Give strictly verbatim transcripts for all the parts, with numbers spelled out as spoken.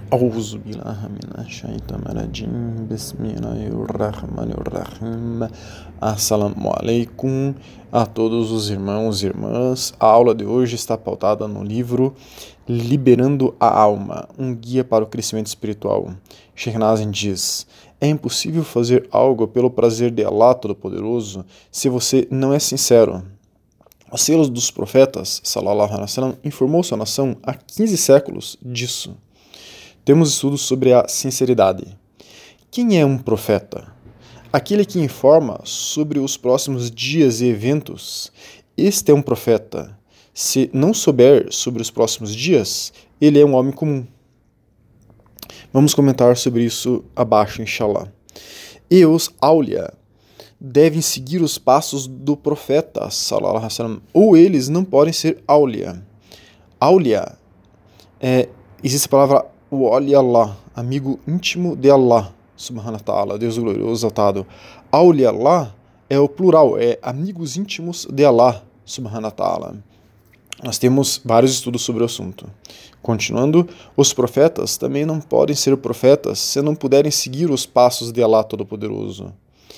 أعوذ بالله من الشيطان الرجيم بسم الله الرحمن الرحيم. Assalamu alaikum a todos os irmãos e irmãs. A aula de hoje está pautada no livro Liberando a Alma, um guia para o crescimento espiritual. Sheikh Nazim diz: é impossível fazer algo pelo prazer de Allah Todo-Poderoso se você não é sincero. Os selos dos profetas, sallallahu alaihi wasallam, informou sua nação há quinze séculos disso. Temos estudos sobre a sinceridade. Quem é um profeta? Aquele que informa sobre os próximos dias e eventos. Este é um profeta. Se não souber sobre os próximos dias, ele é um homem comum. Vamos comentar sobre isso abaixo, inshallah. E os Aulia devem seguir os passos do profeta, sallallahu alaihi wasallam, ou eles não podem ser Aulia. Aulia, é, existe a palavra o Wali Allah, amigo íntimo de Allah, subhanahu wa ta'ala, Deus glorioso, exaltado. Awli Allah é o plural, é amigos íntimos de Allah, subhanahu wa ta'ala. Nós temos vários estudos sobre o assunto. Continuando, os profetas também não podem ser profetas se não puderem seguir os passos de Allah Todo-Poderoso.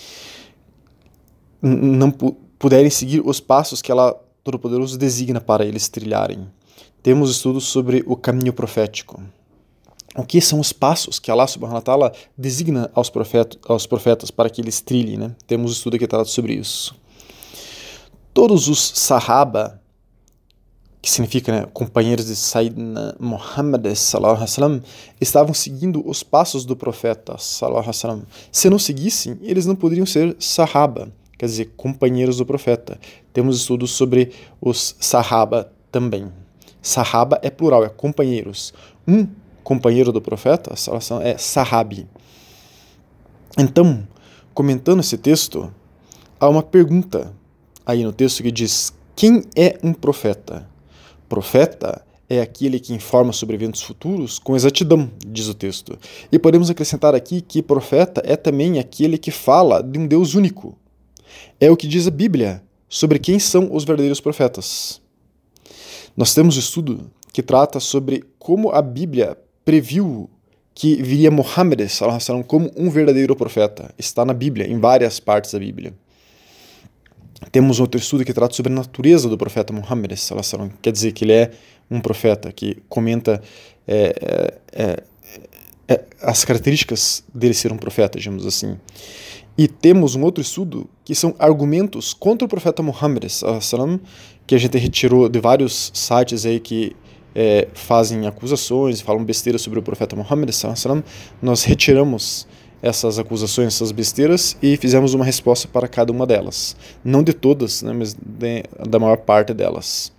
Não pu- puderem seguir os passos que Allah Todo-Poderoso designa para eles trilharem. Temos estudos sobre o caminho profético. O que são os passos que Allah subhanahu wa ta'ala designa aos profetas, aos profetas para que eles trilhem, né? Temos um estudo aqui tratado sobre isso. Todos os Sahaba, que significa, né, companheiros de Sayyidina Muhammad sallallahu alaihi wasallam, estavam seguindo os passos do profeta sallallahu alaihi wasallam. Se não seguissem, eles não poderiam ser Sahaba, quer dizer, companheiros do profeta. Temos estudos sobre os Sahaba também. Sahaba é plural, é companheiros. Um companheiro do profeta é Sahabi. Então, comentando esse texto, há uma pergunta aí no texto que diz: quem é um profeta? Profeta é aquele que informa sobre eventos futuros com exatidão, diz o texto. E podemos acrescentar aqui que profeta é também aquele que fala de um Deus único. É o que diz a Bíblia sobre quem são os verdadeiros profetas. Nós temos um estudo que trata sobre como a Bíblia previu que viria Muhammad sallallahu alaihi wasallam como um verdadeiro profeta. Está na Bíblia, em várias partes da Bíblia. Temos outro estudo que trata sobre a natureza do profeta Muhammad sallallahu alaihi wasallam. Quer dizer que ele é um profeta, que comenta é, é, é, as características dele ser um profeta, digamos assim. E temos um outro estudo que são argumentos contra o profeta Muhammad sallallahu alaihi wasallam, que a gente retirou de vários sites aí que É, fazem acusações, falam besteiras sobre o profeta Muhammad sallallahu alaihi wasallam. Nós retiramos essas acusações, essas besteiras, e fizemos uma resposta para cada uma delas. Não de todas, né, mas de, da maior parte delas.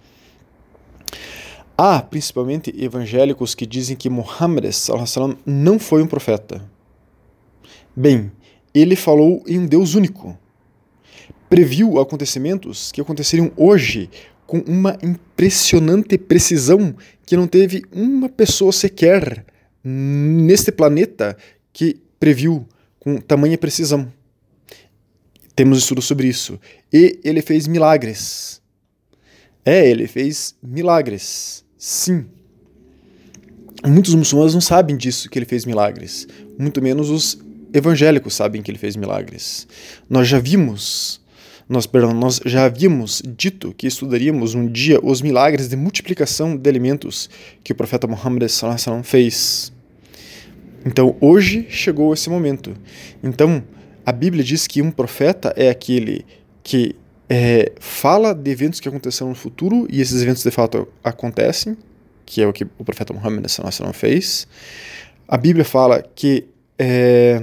Há principalmente evangélicos que dizem que Muhammad sallallahu alaihi wasallam não foi um profeta. Bem, ele falou em um Deus único. Previu acontecimentos que aconteceriam hoje com uma impressionante precisão que não teve uma pessoa sequer neste planeta que previu com tamanha precisão. Temos estudos sobre isso. E ele fez milagres. É, ele fez milagres. Sim. Muitos muçulmanos não sabem disso, que ele fez milagres. Muito menos os evangélicos sabem que ele fez milagres. Nós já vimos... Nós, perdão, nós já havíamos dito que estudaríamos um dia os milagres de multiplicação de alimentos que o profeta Muhammad sallallahu alaihi wasallam fez. Então, hoje chegou esse momento. Então, a Bíblia diz que um profeta é aquele que é, fala de eventos que acontecerão no futuro, e esses eventos de fato acontecem, que é o que o profeta Muhammad sallallahu alaihi wasallam fez. A Bíblia fala que é,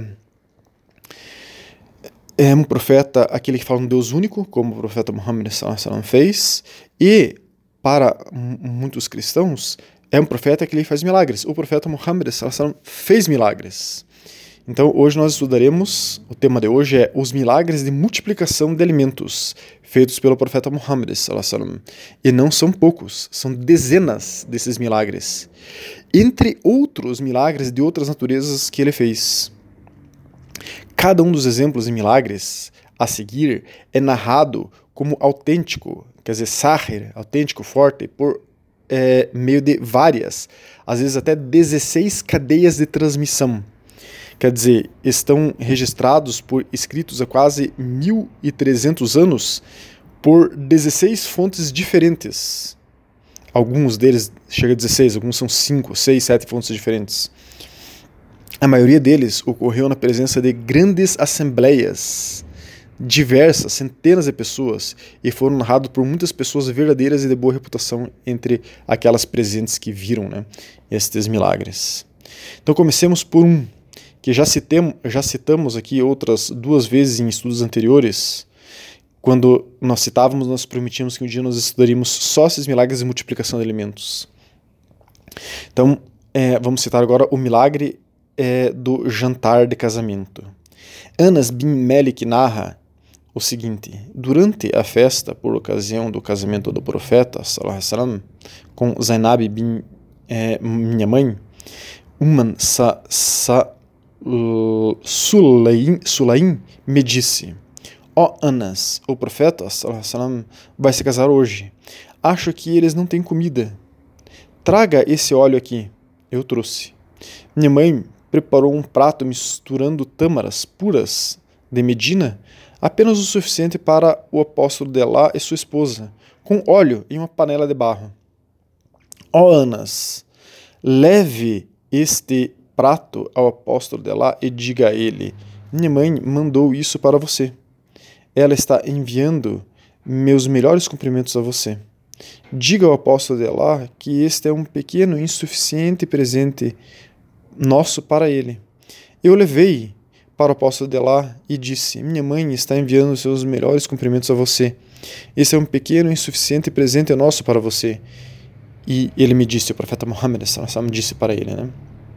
É um profeta, aquele que fala um Deus único, como o profeta Muhammad sallallahu alaihi wasallam fez, e para muitos cristãos, é um profeta que faz milagres. O profeta Muhammad sallallahu alaihi wasallam fez milagres. Então, hoje nós estudaremos, o tema de hoje é os milagres de multiplicação de alimentos feitos pelo profeta Muhammad sallallahu alaihi wasallam. E não são poucos, são dezenas desses milagres. Entre outros milagres de outras naturezas que ele fez. Cada um dos exemplos de milagres a seguir é narrado como autêntico, quer dizer, sahir, autêntico, forte, por é, meio de várias, às vezes até dezesseis cadeias de transmissão. Quer dizer, estão registrados por escritos há quase mil e trezentos anos por dezesseis fontes diferentes. Alguns deles chegam a dezesseis, alguns são cinco, seis, sete fontes diferentes. A maioria deles ocorreu na presença de grandes assembleias, diversas, centenas de pessoas, e foram narrados por muitas pessoas verdadeiras e de boa reputação entre aquelas presentes que viram, né, estes milagres. Então comecemos por um, que já, citem, já citamos aqui outras duas vezes em estudos anteriores. Quando nós citávamos, nós prometíamos que um dia nós estudaríamos só esses milagres de multiplicação de alimentos. Então, é, vamos citar agora o milagre é, do jantar de casamento. Anas bin Malik narra o seguinte: durante a festa por ocasião do casamento do profeta, sallallahu alaihi wasallam, com Zainab bin, é, minha mãe, Uman sa, sa, uh, Sulaim, Sulaim me disse: ó oh, Anas, o profeta sallallahu alaihi wasallam vai se casar hoje. Acho que eles não têm comida. Traga esse óleo aqui. Eu trouxe. Minha mãe preparou um prato misturando tâmaras puras de Medina, apenas o suficiente para o apóstolo de Alá e sua esposa, com óleo em uma panela de barro. Ó oh, Anas, leve este prato ao apóstolo de Alá e diga a ele: minha mãe mandou isso para você. Ela está enviando meus melhores cumprimentos a você. Diga ao apóstolo de Alá que este é um pequeno e insuficiente presente nosso para ele. Eu levei para o apóstolo de Alá e disse: minha mãe está enviando seus melhores cumprimentos a você. Esse é um pequeno e insuficiente presente nosso para você. E ele me disse, o profeta Muhammad me disse para ele, né?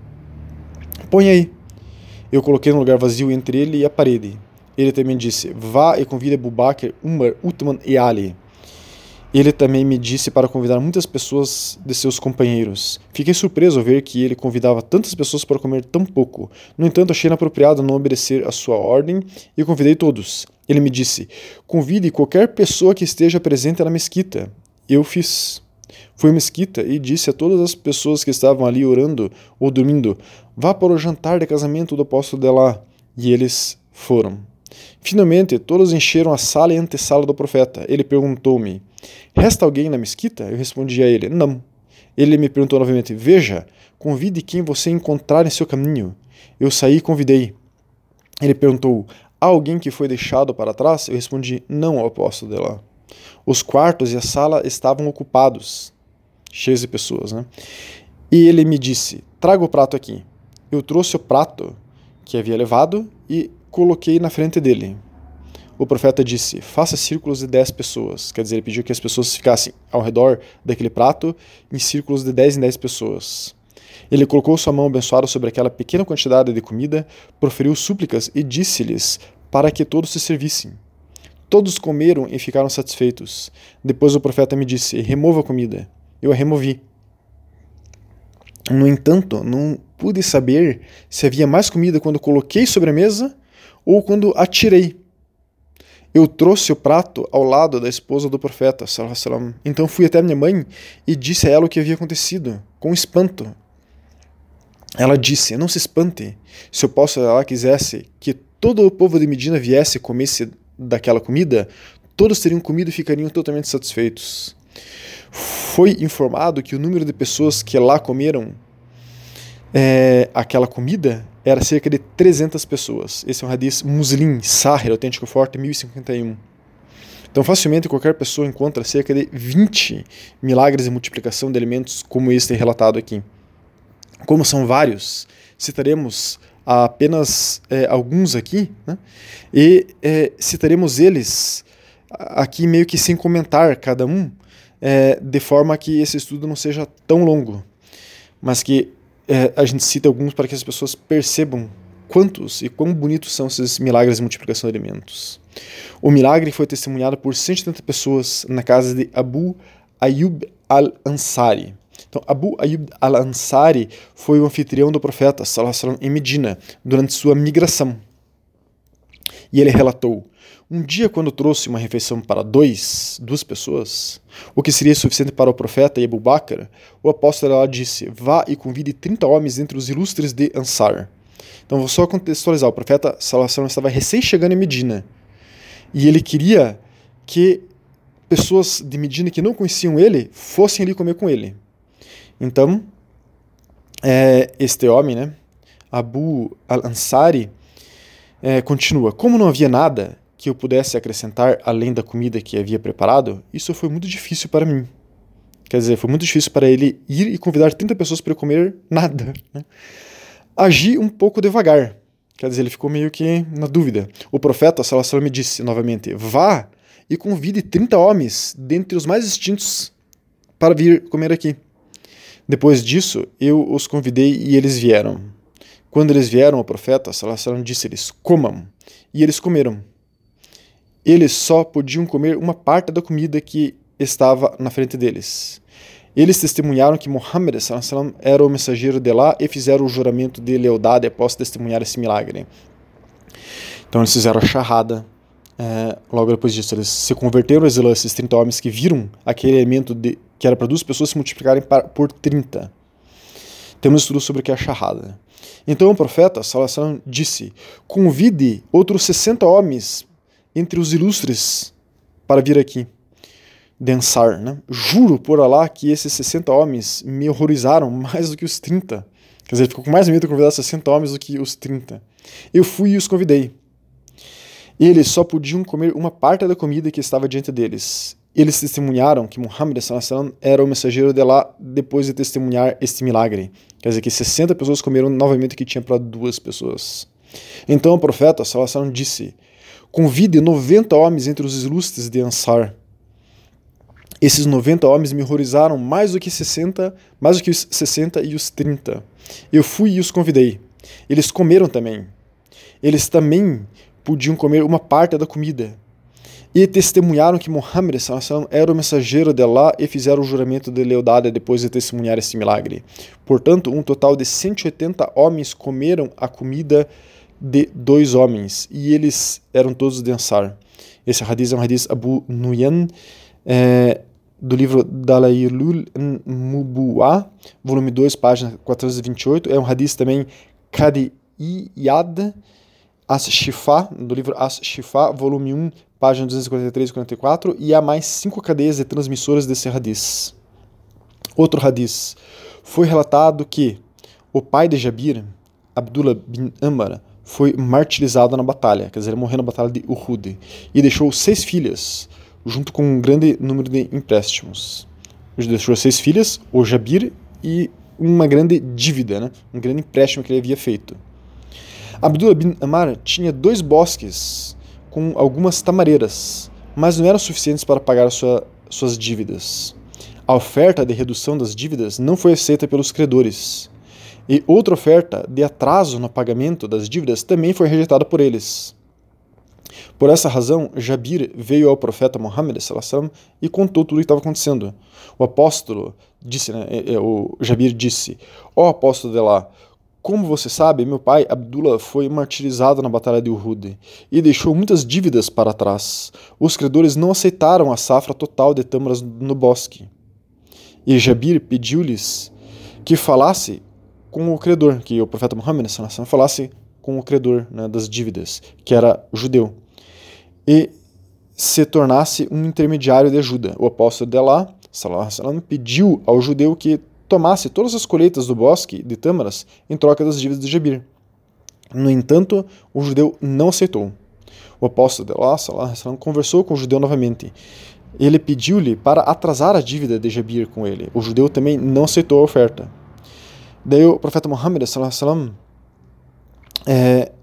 Põe aí. Eu coloquei no lugar vazio entre ele e a parede. Ele também disse: vá e convide Abu Bakr, Umar, Uthman e Ali. Ele também me disse para convidar muitas pessoas de seus companheiros. Fiquei surpreso ao ver que ele convidava tantas pessoas para comer tão pouco. No entanto, achei inapropriado não obedecer a sua ordem e convidei todos. Ele me disse: convide qualquer pessoa que esteja presente na mesquita. Eu fiz. Fui à mesquita e disse a todas as pessoas que estavam ali orando ou dormindo: vá para o jantar de casamento do apóstolo de Alá. E eles foram. Finalmente, todos encheram a sala e a antessala do profeta. Ele perguntou-me: resta alguém na mesquita? Eu respondi a ele: não. Ele me perguntou novamente: veja, convide quem você encontrar em seu caminho. Eu saí e convidei. Ele perguntou: há alguém que foi deixado para trás? Eu respondi: não, ao apóstolo de Alá. Os quartos e a sala estavam ocupados, cheios de pessoas, né? E ele me disse: traga o prato aqui. Eu trouxe o prato que havia levado e coloquei na frente dele. O profeta disse: faça círculos de dez pessoas. Quer dizer, ele pediu que as pessoas ficassem ao redor daquele prato em círculos de dez em dez pessoas. Ele colocou sua mão abençoada sobre aquela pequena quantidade de comida, proferiu súplicas e disse-lhes para que todos se servissem. Todos comeram e ficaram satisfeitos. Depois o profeta me disse: remova a comida. Eu a removi. No entanto, não pude saber se havia mais comida quando coloquei sobre a mesa ou quando atirei. Eu trouxe o prato ao lado da esposa do profeta, sallallahu alaihi wasallam. Então fui até minha mãe e disse a ela o que havia acontecido, com espanto. Ela disse: não se espante, se o apóstolo de Alá quisesse que todo o povo de Medina viesse e comesse daquela comida, todos teriam comido e ficariam totalmente satisfeitos. Foi informado que o número de pessoas que lá comeram é, aquela comida era cerca de trezentas pessoas. Esse é um hadith Muslim, Sahih, autêntico forte, mil e cinquenta e um. Então, facilmente, qualquer pessoa encontra cerca de vinte milagres de multiplicação de alimentos como este relatado aqui. Como são vários, citaremos apenas é, alguns aqui, né? E é, citaremos eles aqui meio que sem comentar cada um, é, de forma que esse estudo não seja tão longo, mas que É, a gente cita alguns para que as pessoas percebam quantos e quão bonitos são esses milagres de multiplicação de alimentos. O milagre foi testemunhado por cento e setenta pessoas na casa de Abu Ayyub al-Ansari. Então, Abu Ayyub al-Ansari foi o anfitrião do profeta sallallahu alaihi wasallam em Medina durante sua migração. E ele relatou: um dia, quando trouxe uma refeição para dois, duas pessoas, o que seria suficiente para o profeta e Abu Bakr, o apóstolo lá disse: vá e convide trinta homens entre os ilustres de Ansar. Então, vou só contextualizar: o profeta sallallahu alaihi wasallam estava recém-chegando em Medina e ele queria que pessoas de Medina que não conheciam ele fossem ali comer com ele. Então, é, este homem, né, Abu al-Ansari, é, continua: como não havia nada que eu pudesse acrescentar além da comida que havia preparado, isso foi muito difícil para mim. Quer dizer, foi muito difícil para ele ir e convidar trinta pessoas para comer nada, né? Agi um pouco devagar. Quer dizer, ele ficou meio que na dúvida. O profeta sallallahu alaihi wasallam me disse novamente: vá e convide trinta homens dentre os mais distintos para vir comer aqui. Depois disso, eu os convidei e eles vieram. Quando eles vieram, o profeta sallallahu alaihi wasallam disse-lhes: comam. E eles comeram. Eles só podiam comer uma parte da comida que estava na frente deles. Eles testemunharam que Muhammad sallallahu alaihi wasallam era o mensageiro de lá e fizeram o juramento de lealdade após testemunhar esse milagre. Então eles fizeram a shahada. É, logo depois disso, eles se converteram ao Islã, esses trinta homens que viram aquele elemento de, que era para duas pessoas se multiplicarem para, por trinta. Temos estudo sobre o que é a shahada. Então o profeta sallallahu alaihi wasallam disse: convide outros sessenta homens entre os ilustres para vir aqui. De Ansar, né? Juro por Alá que esses sessenta homens me horrorizaram mais do que os trinta. Quer dizer, ele ficou com mais medo de convidar sessenta homens do que os trinta. Eu fui e os convidei. Eles só podiam comer uma parte da comida que estava diante deles. Eles testemunharam que Muhammad sallallahu alaihi wasallam era o mensageiro de lá depois de testemunhar este milagre. Quer dizer que sessenta pessoas comeram novamente o que tinha para duas pessoas. Então o profeta sallallahu alaihi wasallam disse: convide noventa homens entre os ilustres de Ansar. Esses noventa homens me horrorizaram mais do que sessenta, mais do que os sessenta e os trinta. Eu fui e os convidei. Eles comeram também. Eles também podiam comer uma parte da comida. E testemunharam que Muhammad sallallahu alaihi wasallam era o mensageiro de Allah e fizeram o juramento de lealdade depois de testemunhar esse milagre. Portanto, um total de cento e oitenta homens comeram a comida de dois homens, e eles eram todos de Ansar. Esse hadith é um hadith Abu Nuyan, é, do livro Dalailul Mubu'a, volume dois, página quatrocentos e vinte e oito. É um hadith também Qadiyad As-Shifa, do livro As-Shifa, volume um, página duzentos e quarenta e três e quarenta e quatro, e há mais cinco cadeias de transmissoras desse hadith. Outro hadith. Foi relatado que o pai de Jabir, Abdullah bin Amr, foi martirizado na batalha, quer dizer, ele morreu na batalha de Uhud, e deixou seis filhas, junto com um grande número de empréstimos. Ele deixou seis filhas, o Jabir, e uma grande dívida, né? Um grande empréstimo que ele havia feito. Abdullah bin Amr tinha dois bosques com algumas tamareiras, mas não eram suficientes para pagar sua, suas dívidas. A oferta de redução das dívidas não foi aceita pelos credores, e outra oferta de atraso no pagamento das dívidas também foi rejeitada por eles. Por essa razão, Jabir veio ao profeta Muhammad sallallahu alaihi wasallam e contou tudo o que estava acontecendo. O apóstolo disse, né, o Jabir disse: ó apóstolo de Allah, como você sabe, meu pai Abdullah foi martirizado na batalha de Uhud e deixou muitas dívidas para trás. Os credores não aceitaram a safra total de tâmaras no bosque. E Jabir pediu-lhes que falasse com o credor, que o profeta Muhammad sallallahu alaihi wasallam falasse com o credor, né, das dívidas, que era judeu, e se tornasse um intermediário de ajuda. O apóstolo de Allah sallallahu alaihi wasallam pediu ao judeu que tomasse todas as colheitas do bosque de tâmaras em troca das dívidas de Jabir. No entanto, o judeu não aceitou. O apóstolo de Allah sallallahu alaihi wasallam conversou com o judeu novamente. Ele pediu-lhe para atrasar a dívida de Jabir com ele. O judeu também não aceitou a oferta. Daí o profeta Muhammad sallallahu alaihi wasallam é,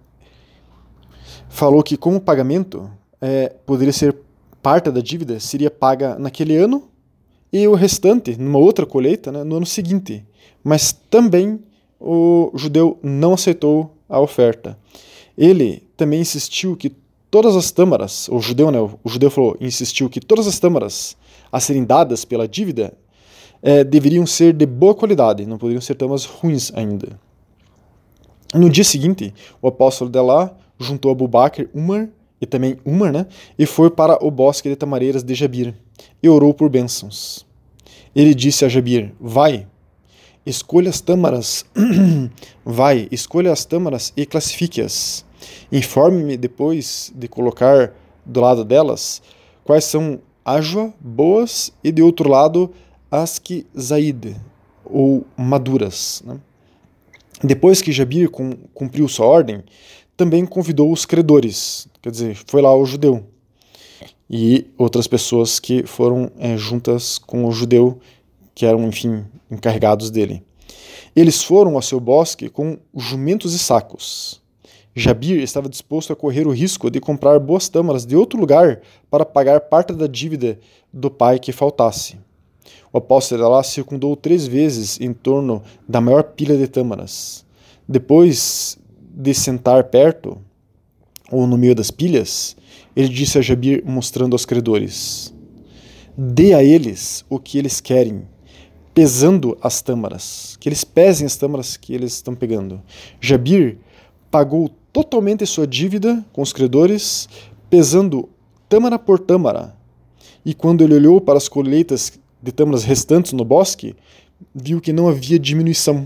falou que como pagamento é, poderia ser parte da dívida seria paga naquele ano e o restante numa outra colheita, né, no ano seguinte. Mas também o judeu não aceitou a oferta. Ele também insistiu que todas as tâmaras, o judeu, né, o judeu falou, insistiu que todas as tâmaras a serem dadas pela dívida é, deveriam ser de boa qualidade, não poderiam ser tâmaras ruins ainda. No dia seguinte, o apóstolo de Allah juntou Abu Bakr, Umar e também Umar, né? E foi para o bosque de tamareiras de Jabir, e orou por bênçãos. Ele disse a Jabir: vai, escolha as tâmaras, vai, escolha as tâmaras e classifique-as. Informe-me depois de colocar do lado delas quais são ajwa, boas, e de outro lado as que zaid, ou maduras, né? Depois que Jabir cumpriu sua ordem, também convidou os credores, quer dizer, foi lá o judeu, e outras pessoas que foram é, juntas com o judeu, que eram, enfim, encarregados dele. Eles foram ao seu bosque com jumentos e sacos. Jabir estava disposto a correr o risco de comprar boas tâmaras de outro lugar para pagar parte da dívida do pai que faltasse. O apóstolo de Allah circundou três vezes em torno da maior pilha de tâmaras. Depois de sentar perto, ou no meio das pilhas, ele disse a Jabir, mostrando aos credores: dê a eles o que eles querem, pesando as tâmaras, que eles pesem as tâmaras que eles estão pegando. Jabir pagou totalmente sua dívida com os credores, pesando tâmara por tâmara. E quando ele olhou para as colheitas de tâmaras restantes no bosque, viu que não havia diminuição.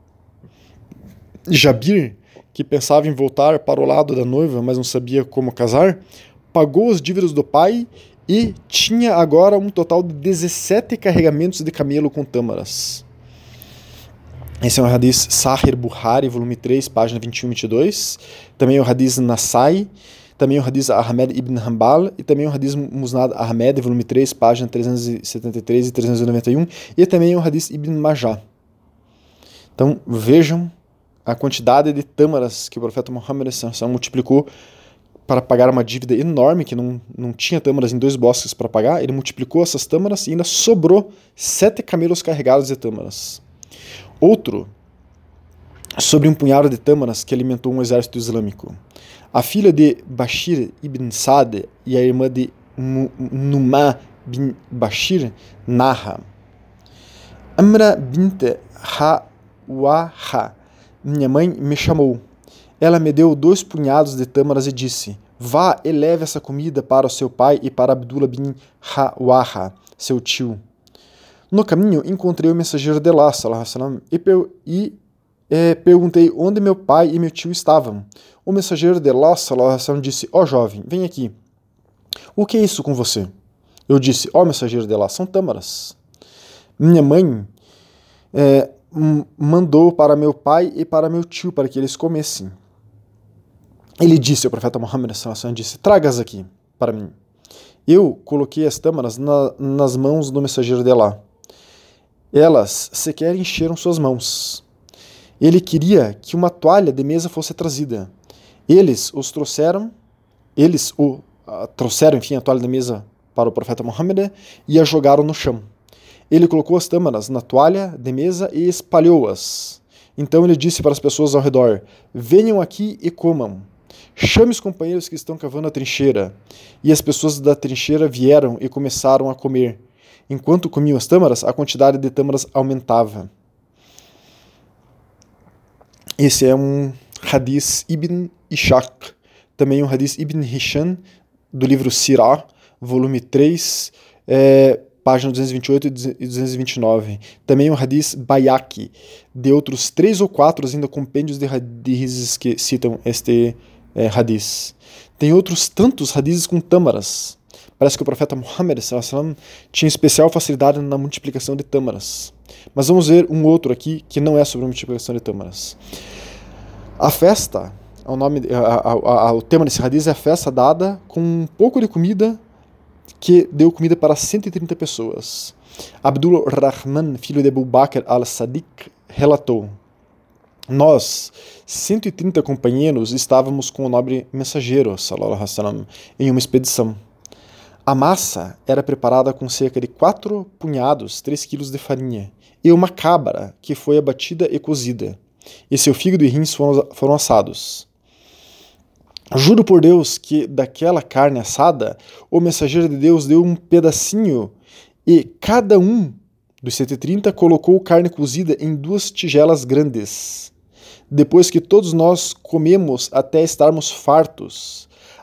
Jabir, que pensava em voltar para o lado da noiva, mas não sabia como casar, pagou as dívidas do pai e tinha agora um total de dezessete carregamentos de camelo com tâmaras. Esse é um hadith Sahih Bukhari, volume três, página vinte e um e vinte e dois. Também o hadith Nasai, também o hadith Ahmed ibn Hanbal, e também o hadith Musnad Ahmed, volume três, página trezentos e setenta e três e trezentos e noventa e um, e também o hadith Ibn Majah. Então vejam a quantidade de tâmaras que o profeta Muhammad multiplicou para pagar uma dívida enorme, que não, não tinha tâmaras em dois bosques para pagar. Ele multiplicou essas tâmaras e ainda sobrou sete camelos carregados de tâmaras. Outro, sobre um punhado de tâmaras que alimentou um exército islâmico. A filha de Bashir ibn Sa'd e a irmã de Numá bin Bashir narra: Amra bint Hawaha, minha mãe me chamou. Ela me deu dois punhados de tâmaras e disse: vá, eleve essa comida para o seu pai e para Abdullah bin Hawaha, seu tio. No caminho encontrei o mensageiro de Allah, e, per e é, perguntei onde meu pai e meu tio estavam. O mensageiro de Allah disse: ó jovem, vem aqui. O que é isso com você? Eu disse: ó mensageiro de Allah, são tâmaras. Minha mãe é, mandou para meu pai e para meu tio para que eles comessem. Ele disse ao profeta Muhammad, disse: traga-as aqui para mim. Eu coloquei as tâmaras na, nas mãos do mensageiro de Allah. Elas sequer encheram suas mãos. Ele queria que uma toalha de mesa fosse trazida. Eles os trouxeram, eles o uh, trouxeram, enfim, a toalha de mesa para o profeta Muhammad e a jogaram no chão. Ele colocou as tâmaras na toalha de mesa e espalhou-as. Então ele disse para as pessoas ao redor: venham aqui e comam. Chame os companheiros que estão cavando a trincheira. E as pessoas da trincheira vieram e começaram a comer. Enquanto comiam as tâmaras, a quantidade de tâmaras aumentava. Esse é um hadith Ibn Ishaq, também um hadith Ibn Hisham, do livro Sirah, volume três, é, página duzentos e vinte e oito e duzentos e vinte e nove. Também um hadith Bayaki, de outros três ou quatro ainda compêndios de hadiths que citam este é, hadith. Tem outros tantos hadiths com tâmaras. Parece que o profeta Muhammad tinha especial facilidade na multiplicação de tâmaras. Mas vamos ver um outro aqui que não é sobre a multiplicação de tâmaras. A festa, o, nome, a, a, a, o tema desse hadith é a festa dada com um pouco de comida que deu comida para cento e trinta pessoas. Abdul Rahman, filho de Abu Bakr al-Sadiq, relatou: nós, cento e trinta companheiros, estávamos com o nobre mensageiro, sallallahu alaihi wasallam, em uma expedição. A massa era preparada com cerca de quatro punhados, três quilos de farinha, e uma cabra que foi abatida e cozida, e seu fígado e rins foram, foram assados. Juro por Deus que daquela carne assada, o mensageiro de Deus deu um pedacinho, e cada um dos cento e trinta colocou carne cozida em duas tigelas grandes. Depois que todos nós comemos até estarmos fartos,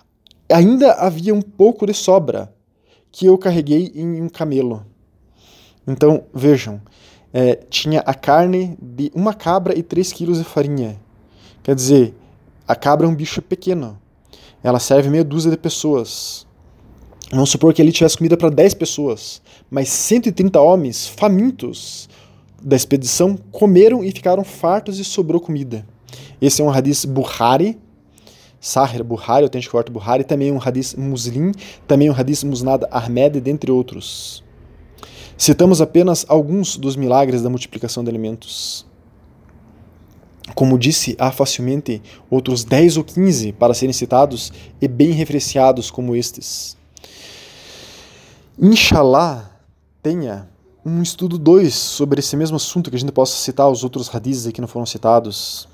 ainda havia um pouco de sobra que eu carreguei em um camelo. Então, vejam, é, tinha a carne de uma cabra e três quilos de farinha. Quer dizer, a cabra é um bicho pequeno. Ela serve meia dúzia de pessoas. Vamos supor que ali tivesse comida para dez pessoas, mas cento e trinta homens famintos da expedição comeram e ficaram fartos e sobrou comida. Esse é um hadith Bukhari, Sahih Bukhari, autêntico quarto Bukhari, também um hadith Muslim, também um hadith Musnad Ahmed, dentre outros. Citamos apenas alguns dos milagres da multiplicação de alimentos. Como disse, há facilmente outros dez ou quinze para serem citados e bem referenciados como estes. Inshallah tenha um estudo dois sobre esse mesmo assunto, que a gente possa citar os outros hadiths que não foram citados.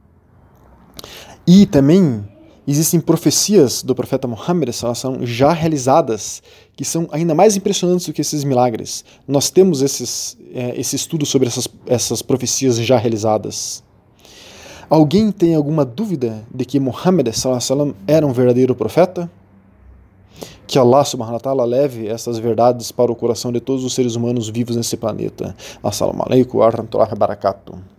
E também existem profecias do profeta Muhammad já realizadas, que são ainda mais impressionantes do que esses milagres. Nós temos esses, é, esse estudo sobre essas, essas profecias já realizadas. Alguém tem alguma dúvida de que Muhammad era um verdadeiro profeta? Que Allah subhanahu wa ta'ala leve essas verdades para o coração de todos os seres humanos vivos nesse planeta. Assalamu alaikum wa rahmatullahi wa barakatuh.